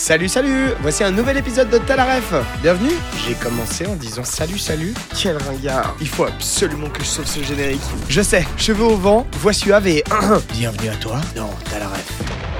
Salut, voici un nouvel épisode de Talaref. Bienvenue. J'ai commencé en disant salut. Quel ringard. Il faut absolument que je sauve ce générique. Je sais, cheveux au vent, voix suave et bienvenue à toi dans Talaref.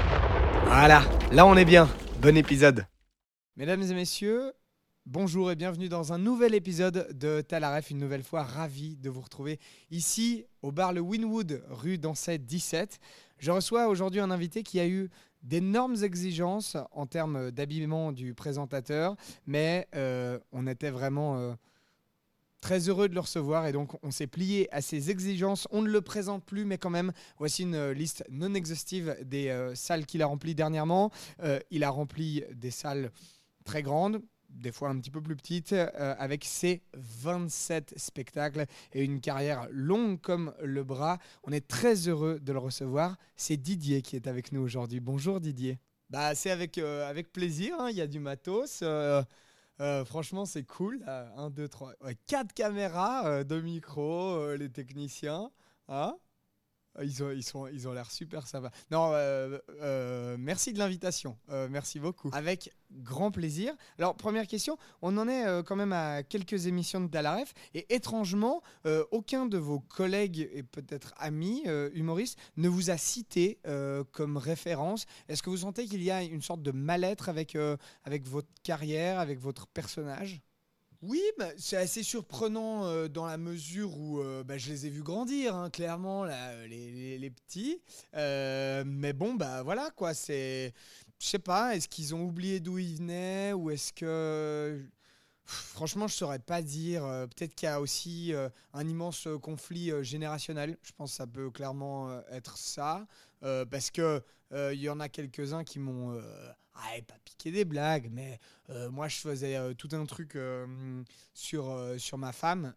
Voilà, là on est bien. Bon épisode. Mesdames et messieurs, bonjour et bienvenue dans un nouvel épisode de Talaref. Une nouvelle fois, ravi de vous retrouver ici au bar Le Winwood, rue d'Ancet 17. Je reçois aujourd'hui un invité qui a eu d'énormes exigences en termes d'habillement du présentateur, mais on était vraiment très heureux de le recevoir et donc on s'est plié à ses exigences. On ne le présente plus, mais quand même, voici une liste non exhaustive des salles qu'il a remplies dernièrement. Il a rempli des salles très grandes, des fois un petit peu plus petites, avec ses 27 spectacles et une carrière longue comme le bras. On est très heureux de le recevoir. C'est Didier qui est avec nous aujourd'hui. Bonjour Didier. C'est avec plaisir, hein. Il y a du matos. Franchement, c'est cool. 1, 2, 3, 4 caméras, 2 micros, les techniciens. Hein, ils ont l'air super sympas. Non, merci de l'invitation. Merci beaucoup. Avec grand plaisir. Alors, première question. On en est quand même à quelques émissions de Talaref. Et étrangement, aucun de vos collègues et peut-être amis humoristes ne vous a cité comme référence. Est-ce que vous sentez qu'il y a une sorte de mal-être avec votre carrière, avec votre personnage ? Oui, c'est assez surprenant dans la mesure où je les ai vus grandir, hein, clairement, là, les petits. Mais bon, voilà, quoi. Je sais pas, est-ce qu'ils ont oublié d'où ils venaient ou est-ce que... Franchement, je saurais pas dire. Peut-être qu'il y a aussi un immense conflit générationnel. Je pense que ça peut clairement être ça. Parce que il y en a quelques-uns qui m'ont pas piqué des blagues, mais moi je faisais tout un truc sur ma femme,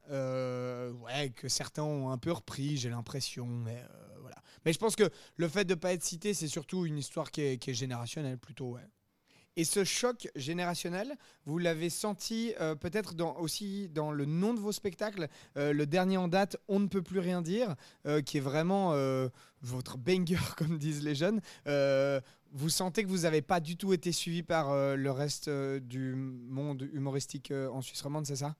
que certains ont un peu repris, j'ai l'impression, mais voilà. Mais je pense que le fait de pas être cité, c'est surtout une histoire qui est générationnelle plutôt, ouais. Et ce choc générationnel, vous l'avez senti peut-être aussi dans le nom de vos spectacles. Le dernier en date, On ne peut plus rien dire, qui est vraiment votre banger, comme disent les jeunes. Vous sentez que vous n'avez pas du tout été suivi par le reste du monde humoristique en Suisse romande, c'est ça ?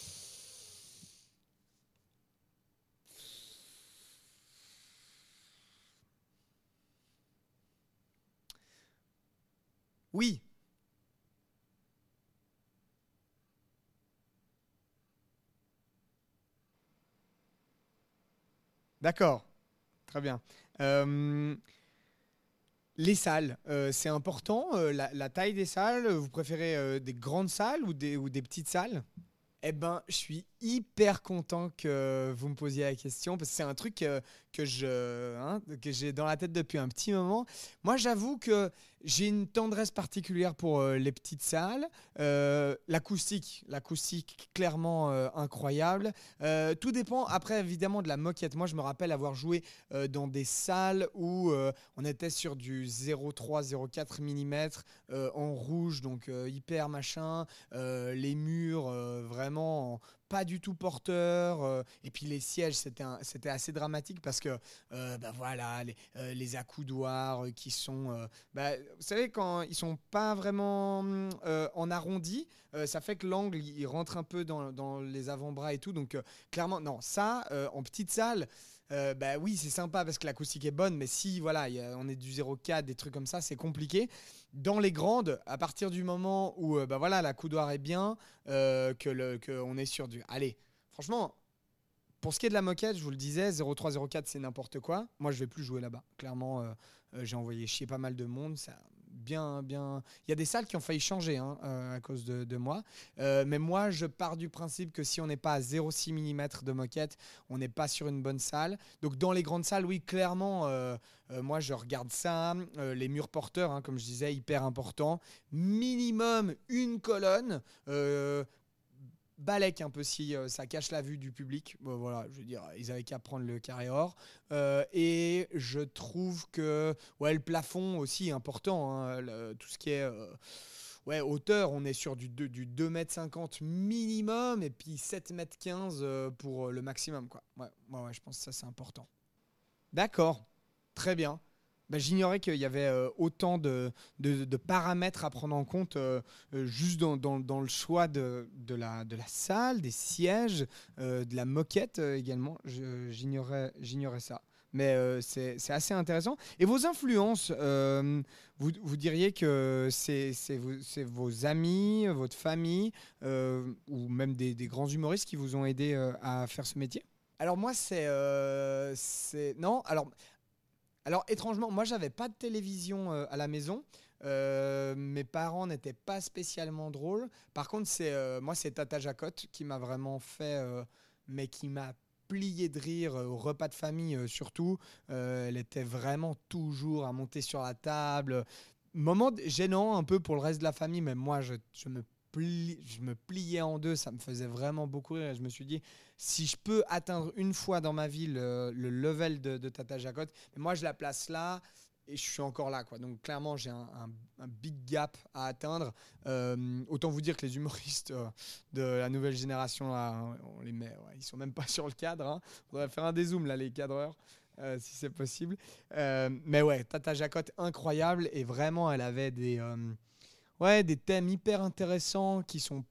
Oui. D'accord. Très bien. Les salles, c'est important, la taille des salles. Vous préférez des grandes salles ou des petites salles ? Eh ben, je suis hyper content que vous me posiez la question parce que c'est un truc que j'ai dans la tête depuis un petit moment. Moi, j'avoue que j'ai une tendresse particulière pour les petites salles. L'acoustique, clairement incroyable. Tout dépend après évidemment de la moquette. Moi, je me rappelle avoir joué dans des salles où on était sur du 0,3, 0,4 mm en rouge, donc hyper machin. Les murs vraiment pas du tout porteurs. Et puis les sièges, c'était assez dramatique parce que voilà, les accoudoirs qui sont... vous savez, quand ils sont pas vraiment en arrondi, ça fait que l'angle, il rentre un peu dans les avant-bras et tout. Donc clairement, non, ça, en petite salle... oui, c'est sympa parce que l'acoustique est bonne, mais si voilà, on est du 0,4, des trucs comme ça, c'est compliqué. Dans les grandes, à partir du moment où voilà, la coudoir est bien, que on est sur du... Allez, franchement, pour ce qui est de la moquette, je vous le disais, 0,3, 0,4, c'est n'importe quoi. Moi, je vais plus jouer là-bas. Clairement, j'ai envoyé chier pas mal de monde. Ça, bien. Il y a des salles qui ont failli changer à cause de moi. Mais moi, je pars du principe que si on n'est pas à 0,6 mm de moquette, on n'est pas sur une bonne salle. Donc, dans les grandes salles, oui, clairement, moi, je regarde ça. Les murs porteurs, comme je disais, hyper important. Minimum une colonne. Balèque un peu si ça cache la vue du public. Voilà, je veux dire, ils avaient qu'à prendre le carré or. Et je trouve que le plafond aussi est important. Tout ce qui est hauteur, on est sur du 2,50 m minimum et puis 7,15 m pour le maximum, quoi. Ouais, je pense que ça c'est important. D'accord, très bien. Bah, j'ignorais qu'il y avait autant de paramètres à prendre en compte juste dans le choix de la salle, des sièges, de la moquette également. J'ignorais ça. Mais c'est assez intéressant. Et vos influences, vous diriez que c'est vos amis, votre famille, ou même des grands humoristes qui vous ont aidé à faire ce métier? Alors moi, Non, alors étrangement, moi j'avais pas de télévision à la maison. Mes parents n'étaient pas spécialement drôles. Par contre, moi c'est Tata Jacotte qui m'a vraiment fait, mais qui m'a plié de rire au repas de famille surtout. Elle était vraiment toujours à monter sur la table. Moment gênant un peu pour le reste de la famille, mais moi je me pliais en deux, ça me faisait vraiment beaucoup rire. Et je me suis dit, si je peux atteindre une fois dans ma vie le level de Tata Jacotte, mais moi je la place là et je suis encore là, quoi. Donc clairement, j'ai un big gap à atteindre. Autant vous dire que les humoristes de la nouvelle génération, là, on les met, ouais, ils sont même pas sur le cadre. Hein. On devrait faire un dézoom là, les cadreurs. Si c'est possible. Mais ouais, Tata Jacotte, incroyable. Et vraiment, elle avait des thèmes hyper intéressants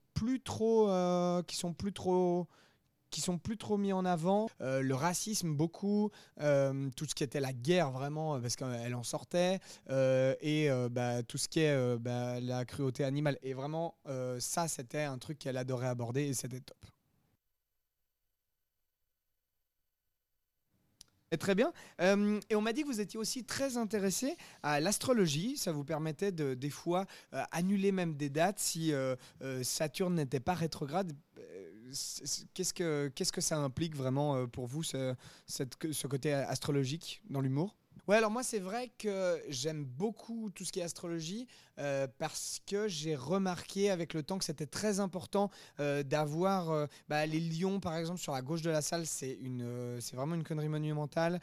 qui sont plus trop mis en avant. Le racisme beaucoup, tout ce qui était la guerre vraiment parce qu'elle en sortait et tout ce qui est la cruauté animale. Et vraiment ça c'était un truc qu'elle adorait aborder et c'était top. Et très bien. Et on m'a dit que vous étiez aussi très intéressé à l'astrologie. Ça vous permettait des fois annuler même des dates si Saturne n'était pas rétrograde. Qu'est-ce que ça implique vraiment pour vous, ce côté astrologique dans l'humour? Ouais, alors moi, c'est vrai que j'aime beaucoup tout ce qui est astrologie parce que j'ai remarqué avec le temps que c'était très important d'avoir les lions, par exemple, sur la gauche de la salle. C'est vraiment une connerie monumentale.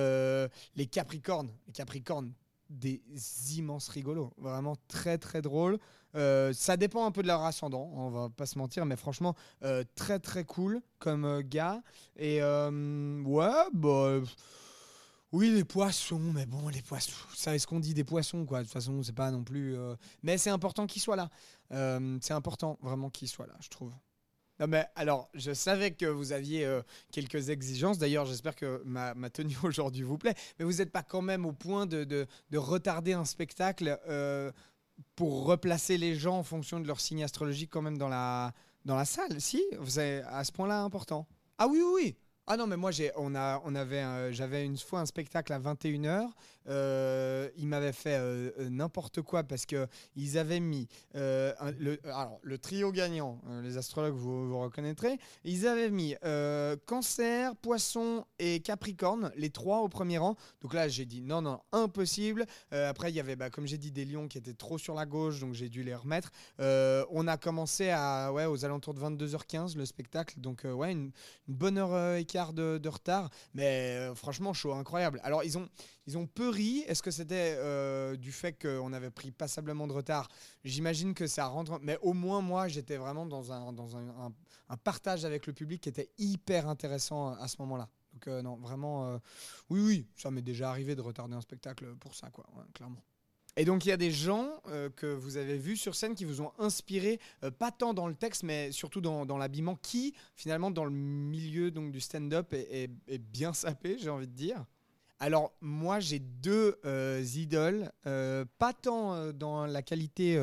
Les Capricornes, des immenses rigolos, vraiment très très drôles. Ça dépend un peu de leur ascendant, on va pas se mentir, mais franchement, très très cool comme gars. Et ouais, bah. Oui, les poissons, mais bon, les poissons, vous savez ce qu'on dit des poissons, quoi. De toute façon, c'est pas non plus. Mais c'est important qu'ils soient là. C'est important, vraiment, qu'ils soient là, je trouve. Non, mais alors, je savais que vous aviez quelques exigences. D'ailleurs, j'espère que ma tenue aujourd'hui vous plaît. Mais vous n'êtes pas quand même au point de retarder un spectacle pour replacer les gens en fonction de leur signe astrologique, quand même, dans la salle. Si, vous avez à ce point-là important. Ah oui, oui, oui. Ah non, mais moi, j'avais une fois un spectacle à 21h. Ils m'avaient fait n'importe quoi parce qu'ils avaient mis alors, le trio gagnant, les astrologues, vous reconnaîtrez. Ils avaient mis Cancer, Poisson et Capricorne, les trois au premier rang. Donc là, j'ai dit non, non, impossible. Après, il y avait, comme j'ai dit, des lions qui étaient trop sur la gauche, donc j'ai dû les remettre. On a commencé aux alentours de 22h15 le spectacle. Donc, une bonne heure et quart de retard, mais franchement, show incroyable. Alors, ils ont peu ri. Est-ce que c'était du fait qu'on avait pris passablement de retard? J'imagine que ça rentre, mais au moins, moi, j'étais vraiment dans un partage avec le public qui était hyper intéressant à ce moment-là. Donc, non, vraiment, oui, oui, ça m'est déjà arrivé de retarder un spectacle pour ça, quoi, ouais, clairement. Et donc, il y a des gens que vous avez vus sur scène qui vous ont inspiré, pas tant dans le texte, mais surtout dans l'habillement, qui, finalement, dans le milieu donc, du stand-up, est bien sapé, j'ai envie de dire. Alors, moi, j'ai deux idoles, pas tant dans la qualité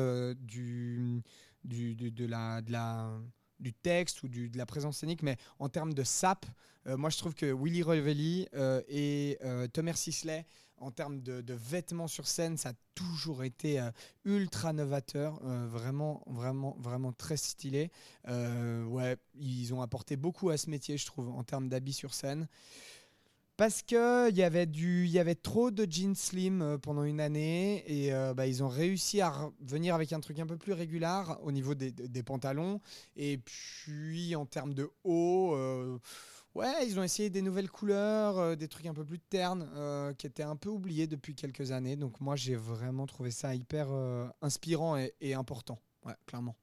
du texte ou de la présence scénique, mais en termes de sap. Moi, je trouve que Willy Rovelli et Thomas Sisley, en termes de vêtements sur scène, ça a toujours été ultra novateur, vraiment, vraiment, vraiment très stylé. Ouais, ils ont apporté beaucoup à ce métier, je trouve, en termes d'habits sur scène. Parce qu'il y avait trop de jeans slim pendant une année et ils ont réussi à venir avec un truc un peu plus régulier au niveau des pantalons. Et puis en termes de haut, ouais, ils ont essayé des nouvelles couleurs, des trucs un peu plus ternes qui étaient un peu oubliés depuis quelques années. Donc moi j'ai vraiment trouvé ça hyper inspirant et important, ouais, clairement.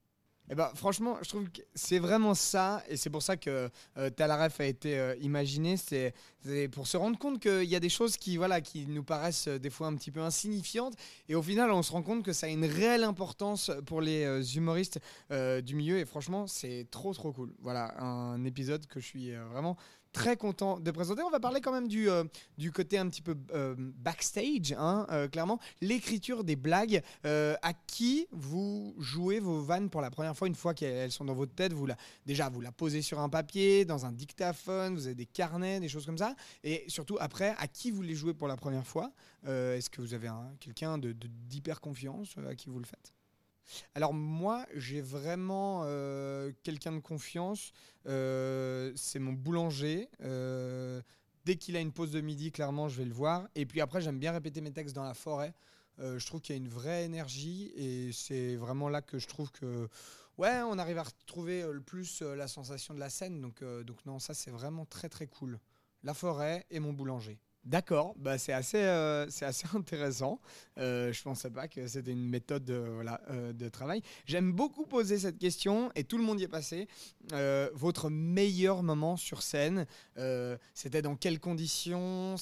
Eh ben, franchement, je trouve que c'est vraiment ça, et c'est pour ça que Talaref a été imaginé. C'est pour se rendre compte qu'il y a des choses qui nous paraissent des fois un petit peu insignifiantes, et au final, on se rend compte que ça a une réelle importance pour les humoristes du milieu, et franchement, c'est trop trop cool. Voilà, un épisode que je suis vraiment très content de présenter. On va parler quand même du côté un petit peu backstage, hein, clairement. L'écriture des blagues. À qui vous jouez vos vannes pour la première fois, une fois qu'elles sont dans votre tête, vous la posez sur un papier, dans un dictaphone, vous avez des carnets, des choses comme ça. Et surtout, après, à qui vous les jouez pour la première fois? Est-ce que vous avez quelqu'un d'hyper confiance à qui vous le faites? Alors moi, j'ai vraiment quelqu'un de confiance. C'est mon boulanger. Dès qu'il a une pause de midi, clairement, je vais le voir. Et puis après, j'aime bien répéter mes textes dans la forêt. Je trouve qu'il y a une vraie énergie, et c'est vraiment là que je trouve que ouais, on arrive à retrouver le plus la sensation de la scène. Donc non, ça c'est vraiment très très cool. La forêt et mon boulanger. D'accord, bah c'est assez intéressant. Je pensais pas que c'était une méthode de travail. J'aime beaucoup poser cette question, et tout le monde y est passé. Votre meilleur moment sur scène, c'était dans quelles conditions?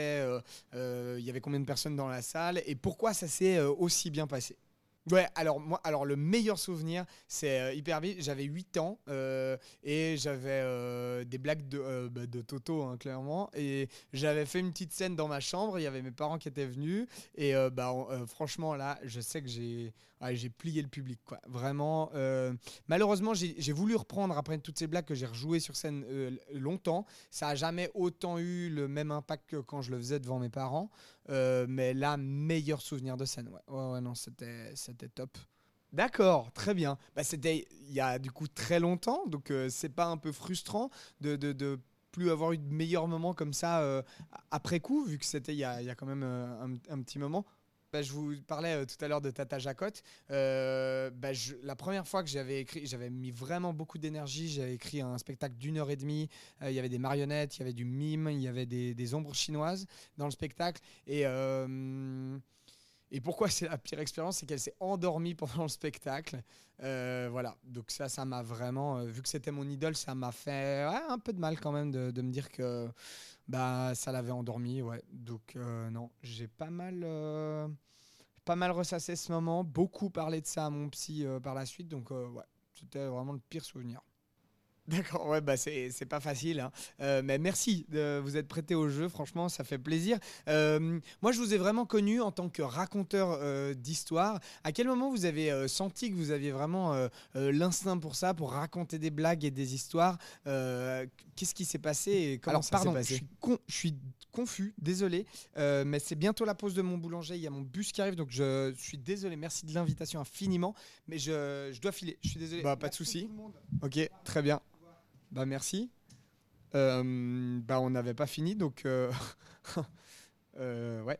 Il y avait combien de personnes dans la salle, et pourquoi ça s'est aussi bien passé? Ouais, alors le meilleur souvenir, c'est hyper vite. J'avais 8 ans, et j'avais des blagues de Toto, hein, clairement. Et j'avais fait une petite scène dans ma chambre. Il y avait mes parents qui étaient venus. Et franchement, là, je sais que j'ai plié le public, quoi. Vraiment. Malheureusement, j'ai voulu reprendre après toutes ces blagues que j'ai rejouées sur scène longtemps. Ça n'a jamais autant eu le même impact que quand je le faisais devant mes parents. Mais là, meilleur souvenir de scène. Ouais, non, c'était top. D'accord, très bien. Bah, c'était il y a du coup très longtemps, donc c'est pas un peu frustrant de plus avoir eu de meilleurs moments comme ça après coup, vu que c'était il y a quand même un petit moment. Bah, je vous parlais tout à l'heure de Tata Jacotte. La première fois que j'avais écrit, j'avais mis vraiment beaucoup d'énergie. J'avais écrit un spectacle d'1 h 30. Il y avait des marionnettes, il y avait du mime, il y avait des ombres chinoises dans le spectacle. Et pourquoi c'est la pire expérience, c'est qu'elle s'est endormie pendant le spectacle. Voilà, donc ça m'a vraiment, vu que c'était mon idole, ça m'a fait un peu de mal quand même de me dire que ça l'avait endormie. Ouais. Donc non, j'ai pas mal ressassé ce moment, beaucoup parlé de ça à mon psy par la suite, donc ouais, c'était vraiment le pire souvenir. D'accord, ouais, c'est pas facile, hein. Mais merci de vous être prêté au jeu, franchement, ça fait plaisir. Moi, je vous ai vraiment connu en tant que raconteur d'histoire. À quel moment vous avez senti que vous aviez vraiment l'instinct pour ça, pour raconter des blagues et des histoires? Qu'est-ce qui s'est passé et comment ça s'est passé? Je suis confus, désolé, mais c'est bientôt la pause de mon boulanger, il y a mon bus qui arrive, donc je suis désolé, merci de l'invitation infiniment, mais je dois filer, je suis désolé. Pas de souci. Ok, très bien. Merci. On n'avait pas fini, donc ouais.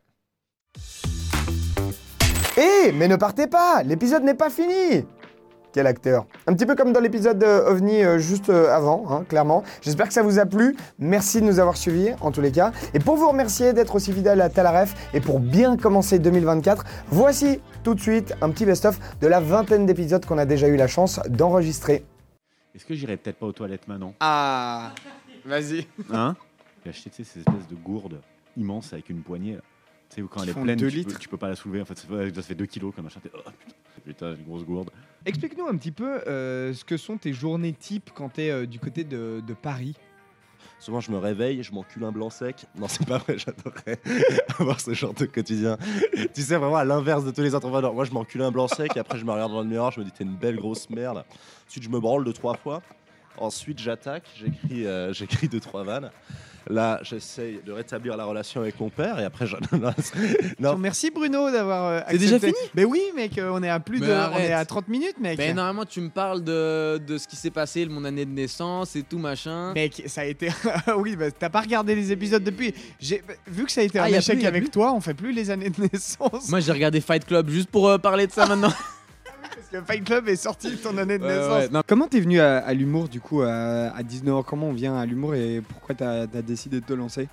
Mais ne partez pas, l'épisode n'est pas fini. Quel acteur. Un petit peu comme dans l'épisode OVNI juste avant, hein, clairement. J'espère que ça vous a plu. Merci de nous avoir suivis, en tous les cas. Et pour vous remercier d'être aussi fidèle à Talaref et pour bien commencer 2024, voici tout de suite un petit best-of de la 20aine d'épisodes qu'on a déjà eu la chance d'enregistrer. Est-ce que j'irais peut-être pas aux toilettes maintenant? Ah, vas-y. Hein? J'ai acheté ces espèces de gourdes immenses avec une poignée. Tu sais, quand elle est pleine, tu peux pas la soulever. En fait, ça fait 2 kilos comme machin. Oh putain, une grosse gourde. Explique-nous un petit peu ce que sont tes journées types quand tu es du côté de Paris. Souvent, je me réveille, je m'encule un blanc sec. Non, c'est pas vrai, j'adorerais avoir ce genre de quotidien. Tu sais, vraiment à l'inverse de tous les entrepreneurs. Moi, je m'encule un blanc sec et après, je me regarde dans le miroir, je me dis, t'es une belle grosse merde. Ensuite, je me branle 2-3 fois. Ensuite, j'attaque, j'écris 2-3 vannes. Là, j'essaye de rétablir la relation avec mon père et après, non. Merci Bruno d'avoir accepté. C'est déjà fini? Mais oui, mec, on est à on est à 30 minutes, mec. Mais normalement, tu me parles de ce qui s'est passé, de mon année de naissance et tout machin. Mec, ça a été. Oui, t'as pas regardé les épisodes depuis. Vu que ça a été un échec avec toi, on fait plus les années de naissance. Moi, j'ai regardé Fight Club juste pour parler de ça maintenant. Parce que Fight Club est sorti de ton année de naissance. Ouais. Comment t'es venu à l'humour du coup à 19 ans? Comment on vient à l'humour et pourquoi t'as décidé de te lancer?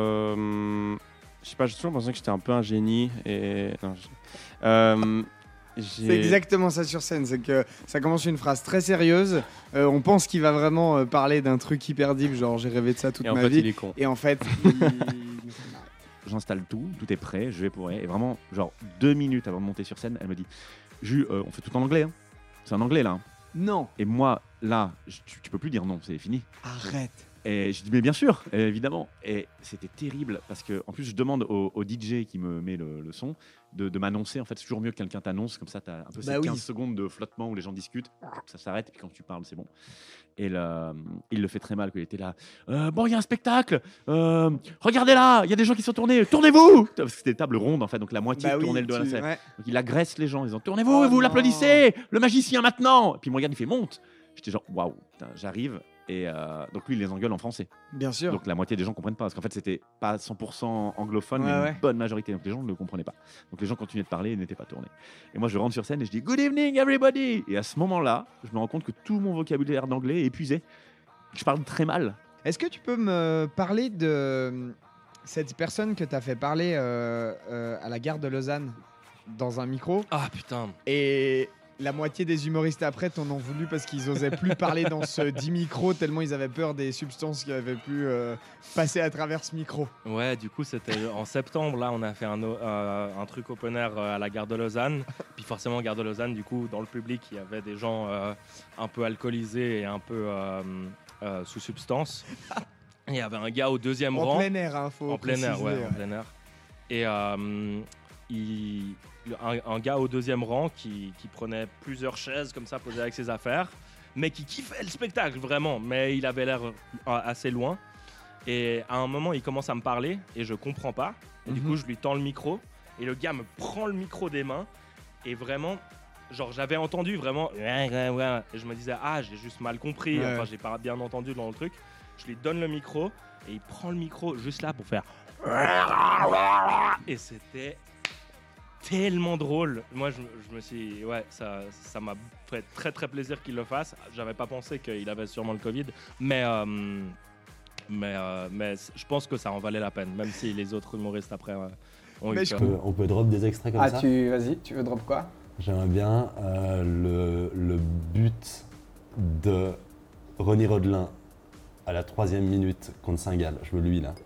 Je sais pas, j'ai toujours pensé que j'étais un peu un génie. C'est exactement ça sur scène, c'est que ça commence une phrase très sérieuse, on pense qu'il va vraiment parler d'un truc hyper deep, genre j'ai rêvé de ça toute ma vie, il est con. et en fait, J'installe tout est prêt, je vais pour elle, et vraiment, genre 2 minutes avant de monter sur scène, elle me dit Jus, on fait tout en anglais, hein. C'est en anglais là. Hein. Non. Et moi, là, tu peux plus dire non, c'est fini. Arrête. Et je dis mais bien sûr, évidemment. Et c'était terrible parce que en plus je demande au DJ qui me met le son de m'annoncer. En fait, c'est toujours mieux que quelqu'un t'annonce, comme ça tu as un peu ces 15 secondes de flottement où les gens discutent, ça s'arrête et puis quand tu parles, c'est bon. Et là, il le fait très mal, qu'il était là. Bon, il y a un spectacle. Regardez là, il y a des gens qui sont tournés. Tournez-vous. Parce que c'était des tables rondes en fait, donc la moitié tournait le dos à la scène. Ouais. Donc il agresse les gens, ils disant tournez-vous, et vous l'applaudissez. Le magicien maintenant. Et puis il me regarde, il fait monte. J'étais genre waouh, j'arrive. Et donc lui, il les engueule en français. Bien sûr. Donc la moitié des gens comprennent pas, parce qu'en fait, c'était pas 100% anglophone, mais une bonne majorité. Donc les gens ne le comprenaient pas. Donc les gens continuaient de parler et n'étaient pas tournés. Et moi, je rentre sur scène et je dis Good evening, everybody. Et à ce moment-là, je me rends compte que tout mon vocabulaire d'anglais est épuisé. Je parle très mal. Est-ce que tu peux me parler de cette personne que tu as fait parler à la gare de Lausanne dans un micro? Ah putain. Et la moitié des humoristes après t'en ont voulu parce qu'ils osaient plus parler dans ce 10 micros tellement ils avaient peur des substances qui avaient pu passer à travers ce micro. Ouais, du coup c'était en septembre, là on a fait un truc open air à la gare de Lausanne. Puis forcément gare de Lausanne, du coup dans le public il y avait des gens un peu alcoolisés et un peu sous substance. Et il y avait un gars au deuxième rang. En plein air, hein, faut en plein air, préciser, en plein air. Et un gars au deuxième rang qui prenait plusieurs chaises comme ça posées avec ses affaires, mais qui kiffait le spectacle vraiment, mais il avait l'air assez loin. Et à un moment il commence à me parler et je comprends pas. Et du coup je lui tends le micro et le gars me prend le micro des mains et vraiment genre j'avais entendu vraiment et je me disais j'ai juste mal compris, enfin j'ai pas bien entendu dans le truc. Je lui donne le micro et il prend le micro juste là pour faire et c'était tellement drôle. Moi je me suis ça m'a fait très très plaisir qu'il le fasse. J'avais pas pensé qu'il avait sûrement le Covid, mais je pense que ça en valait la peine, même si les autres humoristes après ont eu peur. On peut drop des extraits comme ça. Vas-y, tu veux drop quoi? J'aimerais bien le but de René Rodelin à la 3e minute contre Saint-Gall. Je veux lui là.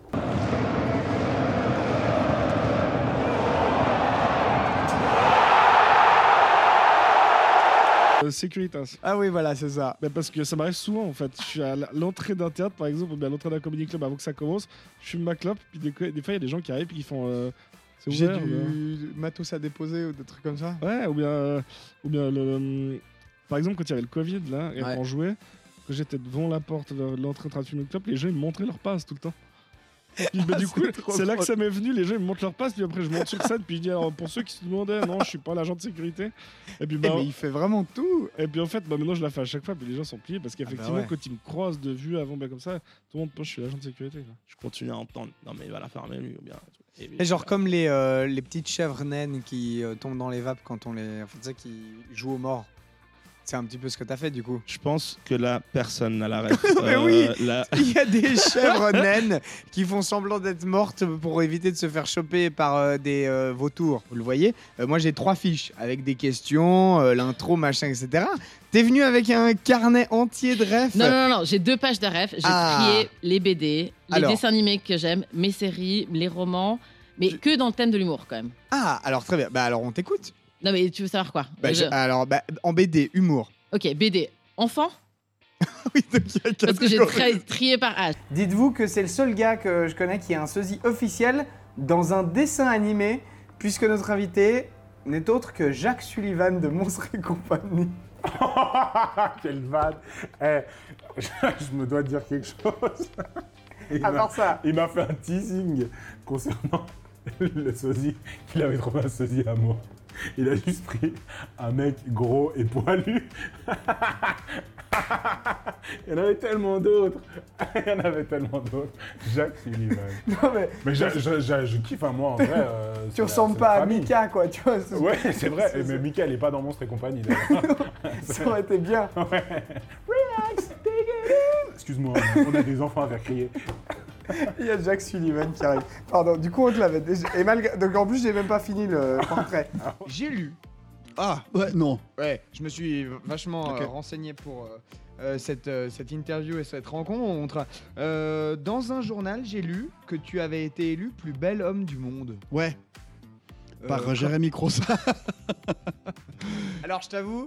Securitas. Ah oui, voilà, c'est ça. Mais parce que ça m'arrive souvent en fait. Je suis à l'entrée d'un théâtre par exemple, ou bien à l'entrée d'un comedy club avant que ça commence. Je fume ma clope, puis des fois il y a des gens qui arrivent et qui font. C'est J'ai ouvert, du matos à déposer ou des trucs comme ça. Ouais, ou bien par exemple quand il y avait le Covid là, et on jouait, quand j'étais devant la porte de l'entrée de fumer une clope, les gens ils me montraient leur passe tout le temps. Puis, du coup, c'est là que ça m'est venu, les gens ils me montrent leur passe, puis après je monte sur scène, puis je dis alors pour ceux qui se demandaient, non, je suis pas l'agent de sécurité. Et puis mais il fait vraiment tout. Et puis en fait, maintenant je la fais à chaque fois, puis les gens sont pliés parce qu'effectivement, quand ils me croisent de vue avant, comme ça, tout le monde pense que je suis l'agent de sécurité. Quoi. Je continue à entendre, non mais il va la fermer lui ou bien. Et genre comme les petites chèvres naines qui tombent dans les vapes quand on les. Enfin, tu sais, qui jouent aux morts. C'est un petit peu ce que t'as fait du coup. Je pense que là, personne n'a la ref. Mais oui, il y a des chèvres naines qui font semblant d'être mortes pour éviter de se faire choper par des vautours. Vous le voyez, moi j'ai 3 fiches avec des questions, l'intro, machin, etc. T'es venu avec un carnet entier de refs? Non, j'ai 2 pages de refs. J'ai trié les BD, les dessins animés que j'aime, mes séries, les romans, mais que dans le thème de l'humour quand même. Ah, alors très bien. Bah alors on t'écoute. Non mais tu veux savoir quoi? Alors en BD, humour. Ok, BD, enfant. Oui, donc il y a parce que j'ai trié par âge. Dites-vous que c'est le seul gars que je connais qui a un sosie officiel dans un dessin animé, puisque notre invité n'est autre que Jacques Sullivan de Monstres et compagnie. Quelle vanne. Je me dois dire quelque chose. Il m'a fait un teasing concernant le sosie, qu'il avait trouvé un sosie à moi. Il a juste pris un mec gros et poilu. Il y en avait tellement d'autres. Jacques Sullivan. Non mais je kiffe, hein, moi en vrai. Tu ressembles pas à Mika quoi, tu vois. Ouais, c'est vrai. Mais Mika elle est pas dans Monstres et compagnie. Ça aurait été bien. Ouais. Relax, take it in. Excuse-moi, on a des enfants à faire crier. Il y a Jacques Sullivan qui arrive. Pardon, du coup on te l'avait déjà. Et donc en plus j'ai même pas fini le portrait. J'ai lu Ah ouais, non. Ouais, je me suis vachement renseigné pour cette interview et cette rencontre. Dans un journal, j'ai lu que tu avais été élu plus bel homme du monde. Ouais. Par Jérémy Crossa. Alors je t'avoue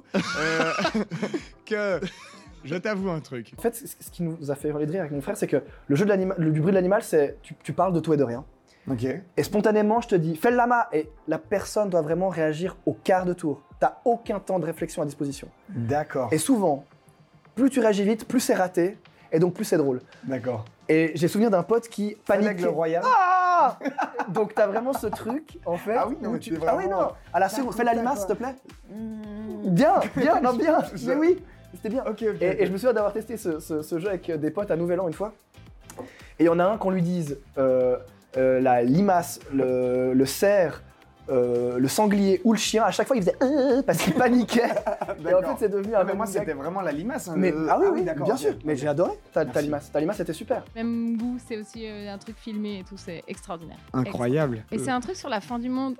que... Je t'avoue un truc. En fait, ce qui nous a fait hurler de rire avec mon frère, c'est que le jeu du bruit de l'animal, c'est tu parles de tout et de rien. Ok. Et spontanément, je te dis, fais le lama, et la personne doit vraiment réagir au quart de tour. T'as aucun temps de réflexion à disposition. D'accord. Et souvent, plus tu réagis vite, plus c'est raté, et donc plus c'est drôle. D'accord. Et j'ai souvenir d'un pote qui paniquait. L'aigle royal. Ah donc t'as vraiment ce truc, en fait. Ah oui, non, où mais tu... c'est vraiment... Ah oui, non. À la seconde, fais la lima, s'il te plaît. Bien. Mais oui, c'était bien. Ok. Et je me souviens d'avoir testé ce jeu avec des potes à Nouvel An une fois. Et il y en a un qu'on lui dise la limace, le cerf, le sanglier ou le chien, à chaque fois il faisait parce qu'il paniquait. Et en fait c'est devenu un mais moi c'était vraiment la limace. Hein, mais, ah oui, d'accord, bien okay. sûr. Mais j'ai adoré ta limace. Ta limace c'était super. Même goût, c'est aussi un truc filmé et tout, c'est extraordinaire. Incroyable. Et c'est un truc sur la fin du monde.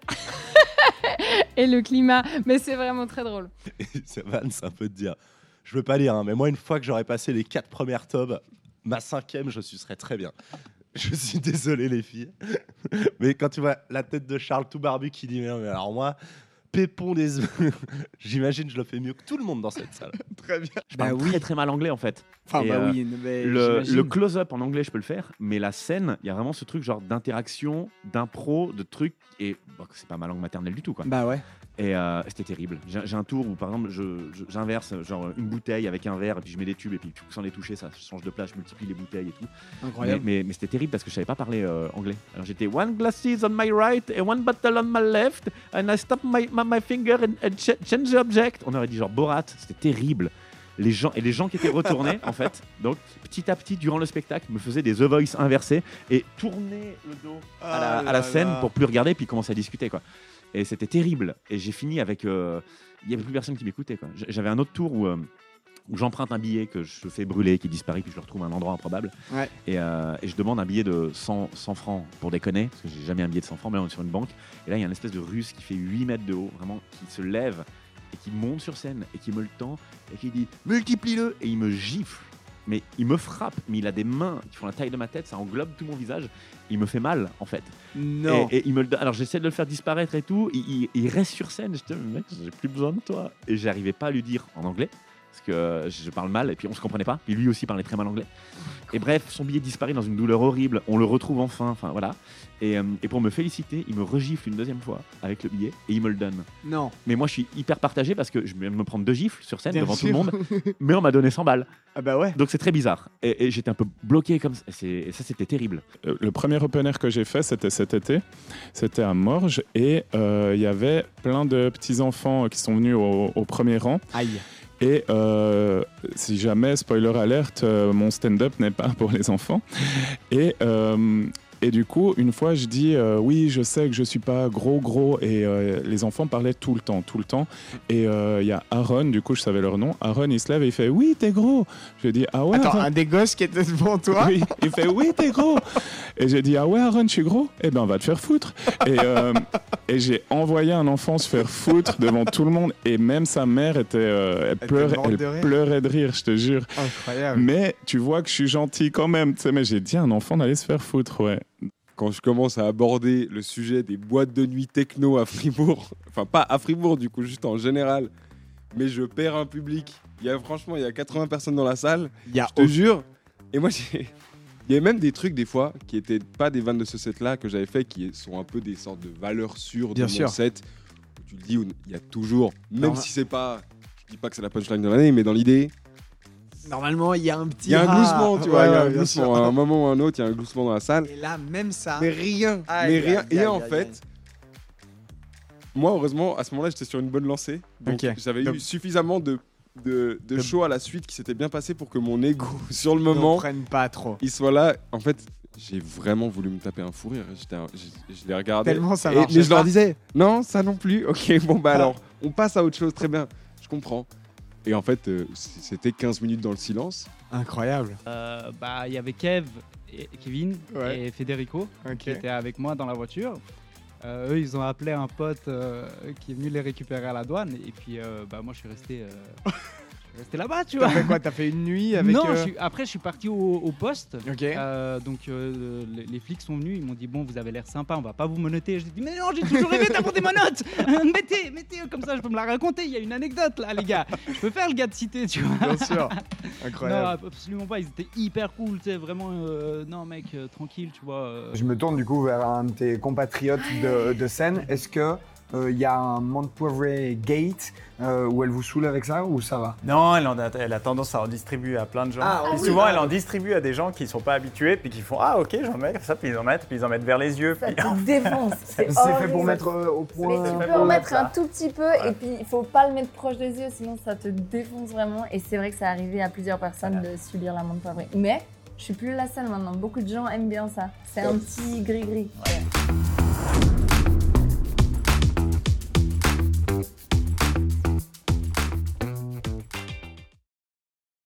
Et le climat, mais c'est vraiment très drôle. C'est un peu de dire. Je veux pas lire, hein, mais moi une fois que j'aurais passé les 4 premières tomes, ma 5e je sucerais très bien. Je suis désolé les filles, mais quand tu vois la tête de Charles tout barbu qui dit mais alors moi, pépon des œufs, j'imagine je le fais mieux que tout le monde dans cette salle. Très bien. Je parle très très mal anglais en fait. Enfin et, oui, mais le close-up en anglais je peux le faire, mais la scène, il y a vraiment ce truc genre d'interaction, d'impro, de trucs, et bon, c'est pas ma langue maternelle du tout quoi. Bah ouais. Et c'était terrible. J'ai un tour où par exemple j'inverse genre une bouteille avec un verre et puis je mets des tubes et puis sans les toucher ça change de place, je multiplie les bouteilles et tout. Incroyable. Mais c'était terrible parce que je savais pas parler anglais. Alors j'étais one glasses on my right and one bottle on my left and I stop my finger and change the object. On aurait dit genre Borat, c'était terrible. Les gens qui étaient retournés en fait, donc petit à petit durant le spectacle me faisaient des The Voice inversés et tournaient le dos à la scène pour plus regarder puis commencer à discuter quoi. Et c'était terrible. Et j'ai fini avec... il n'y avait plus personne qui m'écoutait. J'avais un autre tour où j'emprunte un billet que je fais brûler, qui disparaît, puis je le retrouve à un endroit improbable. Ouais. Et je demande un billet de 100 francs pour déconner, parce que j'ai jamais un billet de 100 francs, mais là on est sur une banque. Et là, il y a une espèce de russe qui fait 8 mètres de haut, vraiment, qui se lève et qui monte sur scène et qui me le tend et qui dit « multiplie-le » et il me gifle. Mais il me frappe, mais il a des mains qui font la taille de ma tête, ça englobe tout mon visage. Il me fait mal, en fait. Non. Et il me le donne. Alors j'essaie de le faire disparaître et tout. Il reste sur scène. Je dis, mec, j'ai plus besoin de toi. Et j'arrivais pas à lui dire en anglais parce que je parle mal et puis on se comprenait pas. Et lui aussi parlait très mal anglais. Et bref, son billet disparaît dans une douleur horrible. On le retrouve enfin voilà. Et pour me féliciter, il me regifle une deuxième fois avec le billet et il me le donne. Non. Mais moi, je suis hyper partagé parce que je viens de me prendre 2 gifles sur scène devant tout le monde. Mais on m'a donné 100 balles. Ah bah ouais. Donc c'est très bizarre. Et j'étais un peu bloqué comme ça. Et ça, c'était terrible. Le premier open air que j'ai fait, c'était cet été. C'était à Morges. Et il y avait plein de petits-enfants qui sont venus au premier rang. Aïe. Et si jamais, spoiler alerte, mon stand-up n'est pas pour les enfants. Et du coup, une fois, je dis oui, je sais que je suis pas gros, et les enfants parlaient tout le temps. Et il y a Aaron, du coup, je savais leur nom. Aaron, il se lève et il fait oui, t'es gros. Je dis ah ouais. Attends, Aaron. un des gosses qui était devant toi. Oui, il fait oui, t'es gros. Et j'ai dit ah ouais, Aaron, je suis gros. Eh ben, on va te faire foutre. Et j'ai envoyé un enfant se faire foutre devant tout le monde. Et même sa mère elle pleurait de rire, je te jure. Incroyable. Mais tu vois que je suis gentil quand même. Tu sais, mais j'ai dit à un enfant d'aller se faire foutre, ouais. Quand je commence à aborder le sujet des boîtes de nuit techno à Fribourg, enfin pas à Fribourg du coup, juste en général, mais je perds un public. Franchement, il y a 80 personnes dans la salle, je te jure. Et moi, il y avait même des trucs des fois qui étaient pas des vannes de ce set-là que j'avais fait, qui sont un peu des sortes de valeurs sûres de mon set. Où tu le dis, où il y a toujours, même si c'est pas, je dis pas que c'est la punchline de l'année, mais dans l'idée. Normalement, il y a un petit. Il y a un gloussement, tu vois. Il y a un gloussement. Sûr. À un moment ou à un autre, il y a un gloussement dans la salle. Et là, même ça. Mais rien. Et en fait, moi, heureusement, à ce moment-là, j'étais sur une bonne lancée. Donc, j'avais eu suffisamment de show à la suite qui s'était bien passé pour que mon ego, sur le moment, pas trop. Il soit là. En fait, j'ai vraiment voulu me taper un fou rire. Je les regardais. Tellement ça marchait. Mais je leur disais, non, ça non plus. Ok, bon, bah alors, on passe à autre chose. Très bien. Je comprends. Et en fait, c'était 15 minutes dans le silence. Incroyable. Il y avait Kevin et Federico qui étaient avec moi dans la voiture. Eux, ils ont appelé un pote qui est venu les récupérer à la douane. Et puis, moi, je suis resté là-bas, tu vois. T'as fait quoi? T'as fait une nuit avec... Non, après, je suis parti au poste. Ok. Donc, les flics sont venus. Ils m'ont dit, bon, vous avez l'air sympa, on va pas vous menotter. J'ai dit, mais non, j'ai toujours rêvé d'avoir des menottes. mettez, comme ça, je peux me la raconter. Il y a une anecdote, là, les gars. Je peux faire le gars de cité, tu vois. Bien sûr. Incroyable. Non, absolument pas. Ils étaient hyper cool, tu sais, vraiment. Non, mec, tranquille, tu vois. Je me tourne du coup vers un de tes compatriotes de scène. Est-ce que y a un menthe poivré gate où elle vous saoule avec ça ou ça va? Non, elle a tendance à en distribuer à plein de gens. Et souvent, elle en distribue à des gens qui sont pas habitués, puis qui font ah ok, j'en mets comme ça, puis ils en mettent vers les yeux. Ça te défonce. C'est fait pour mettre au point. Mais tu peux en mettre un tout petit peu, et puis il faut pas le mettre proche des yeux, sinon ça te défonce vraiment. Et c'est vrai que ça arrivé à plusieurs personnes de subir la menthe poivrée. Mais je suis plus la seule maintenant. Beaucoup de gens aiment bien ça. C'est un petit gris-gris. Ouais.